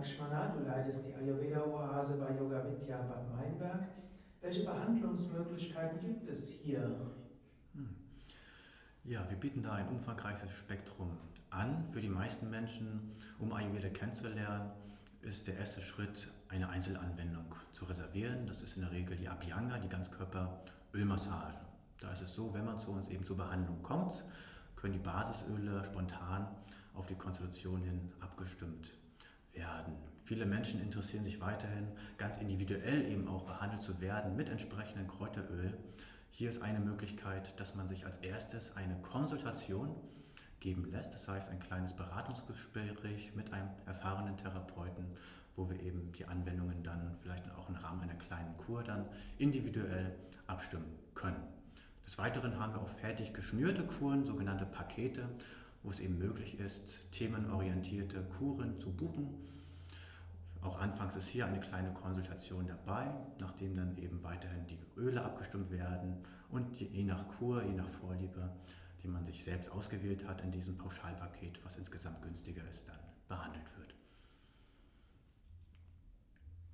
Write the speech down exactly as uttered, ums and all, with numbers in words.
Lakshmana, du leitest die Ayurveda-Oase bei Yoga Vidya Bad Meinberg. Welche Behandlungsmöglichkeiten gibt es hier? Hm. Ja, wir bieten da ein umfangreiches Spektrum an. Für die meisten Menschen, um Ayurveda kennenzulernen, ist der erste Schritt, eine Einzelanwendung zu reservieren. Das ist in der Regel die Abhyanga, die Ganzkörperölmassage. Da ist es so, wenn man zu uns eben zur Behandlung kommt, können die Basisöle spontan auf die Konstitution hin abgestimmt werden. Viele Menschen interessieren sich weiterhin, ganz individuell eben auch behandelt zu werden mit entsprechendem Kräuteröl. Hier ist eine Möglichkeit, dass man sich als erstes eine Konsultation geben lässt, das heißt ein kleines Beratungsgespräch mit einem erfahrenen Therapeuten, wo wir eben die Anwendungen dann vielleicht auch im Rahmen einer kleinen Kur dann individuell abstimmen können. Des Weiteren haben wir auch fertig geschnürte Kuren, sogenannte Pakete, wo es eben möglich ist, themenorientierte Kuren zu buchen. Auch anfangs ist hier eine kleine Konsultation dabei, nachdem dann eben weiterhin die Öle abgestimmt werden und je nach Kur, je nach Vorliebe, die man sich selbst ausgewählt hat in diesem Pauschalpaket, was insgesamt